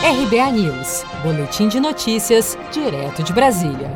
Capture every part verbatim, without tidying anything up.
R B A News, boletim de notícias, direto de Brasília.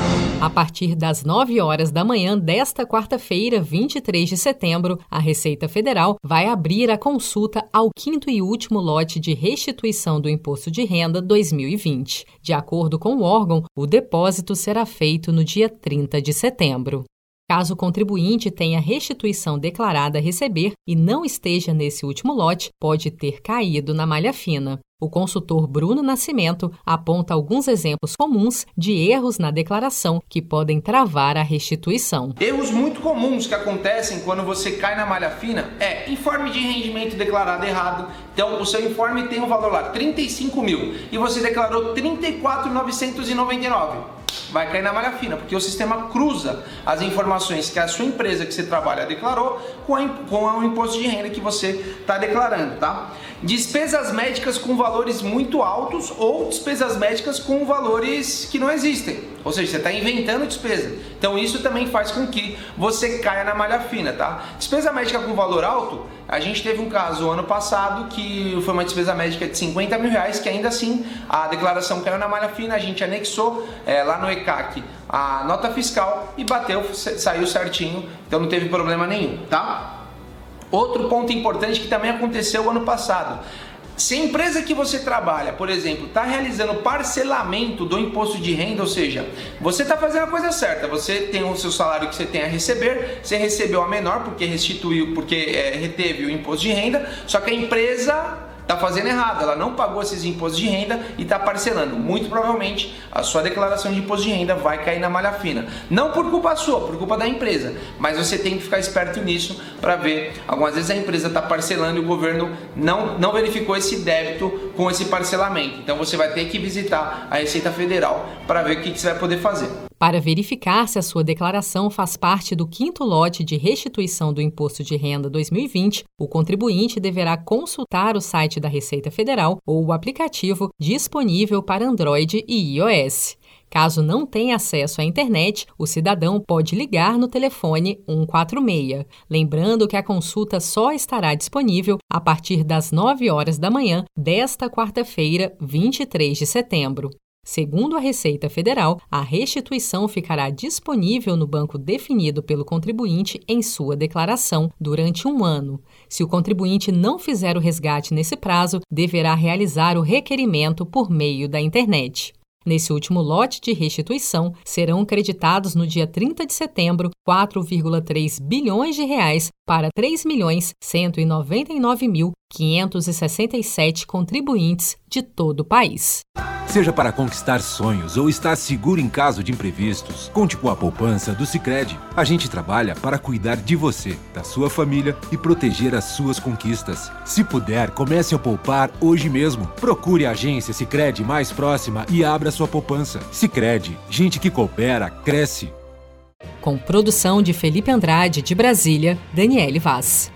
A partir das nove horas da manhã desta quarta-feira, vinte e três de setembro, a Receita Federal vai abrir a consulta ao quinto e último lote de restituição do Imposto de Renda dois mil e vinte. De acordo com o órgão, o depósito será feito no dia trinta de setembro. Caso o contribuinte tenha restituição declarada a receber e não esteja nesse último lote, pode ter caído na malha fina. O consultor Bruno Nascimento aponta alguns exemplos comuns de erros na declaração que podem travar a restituição. Erros muito comuns que acontecem quando você cai na malha fina é informe de rendimento declarado errado. Então, o seu informe tem um valor lá, trinta e cinco mil, e você declarou trinta e quatro mil novecentos e noventa e nove. Vai cair na malha fina, porque o sistema cruza as informações que a sua empresa que você trabalha declarou com, a, com o imposto de renda que você está declarando, tá? Despesas médicas com valores muito altos ou despesas médicas com valores que não existem. Ou seja, você está inventando despesa. Então isso também faz com que você caia na malha fina, tá? Despesa médica com valor alto, a gente teve um caso ano passado que foi uma despesa médica de cinquenta mil reais, que ainda assim a declaração caiu na malha fina, a gente anexou é, lá no E C A C a nota fiscal e bateu, saiu certinho, então não teve problema nenhum, tá? Outro ponto importante que também aconteceu ano passado. Se a empresa que você trabalha, por exemplo, está realizando parcelamento do imposto de renda, ou seja, você está fazendo a coisa certa, você tem o seu salário que você tem a receber, você recebeu a menor porque restituiu, porque é, reteve o imposto de renda, só que a empresa está fazendo errado, ela não pagou esses impostos de renda e está parcelando. Muito provavelmente a sua declaração de imposto de renda vai cair na malha fina. Não por culpa sua, por culpa da empresa, mas você tem que ficar esperto nisso para ver. Algumas vezes a empresa está parcelando e o governo não, não verificou esse débito com esse parcelamento. Então você vai ter que visitar a Receita Federal para ver o que, que você vai poder fazer. Para verificar se a sua declaração faz parte do quinto lote de restituição do Imposto de Renda dois mil e vinte, o contribuinte deverá consultar o site da Receita Federal ou o aplicativo disponível para Android e iOS. Caso não tenha acesso à internet, o cidadão pode ligar no telefone cento e quarenta e seis. Lembrando que a consulta só estará disponível a partir das nove horas da manhã desta quarta-feira, vinte e três de setembro. Segundo a Receita Federal, a restituição ficará disponível no banco definido pelo contribuinte em sua declaração durante um ano. Se o contribuinte não fizer o resgate nesse prazo, deverá realizar o requerimento por meio da internet. Nesse último lote de restituição, serão creditados no dia trinta de setembro quatro vírgula três bilhões de reais para três milhões cento e noventa e nove mil quinhentos e sessenta e sete contribuintes de todo o país. Seja para conquistar sonhos ou estar seguro em caso de imprevistos, conte com a poupança do Sicredi. A gente trabalha para cuidar de você, da sua família e proteger as suas conquistas. Se puder, comece a poupar hoje mesmo. Procure a agência Sicredi mais próxima e abra sua poupança. Sicredi, gente que coopera, cresce. Com produção de Felipe Andrade, de Brasília, Daniele Vaz.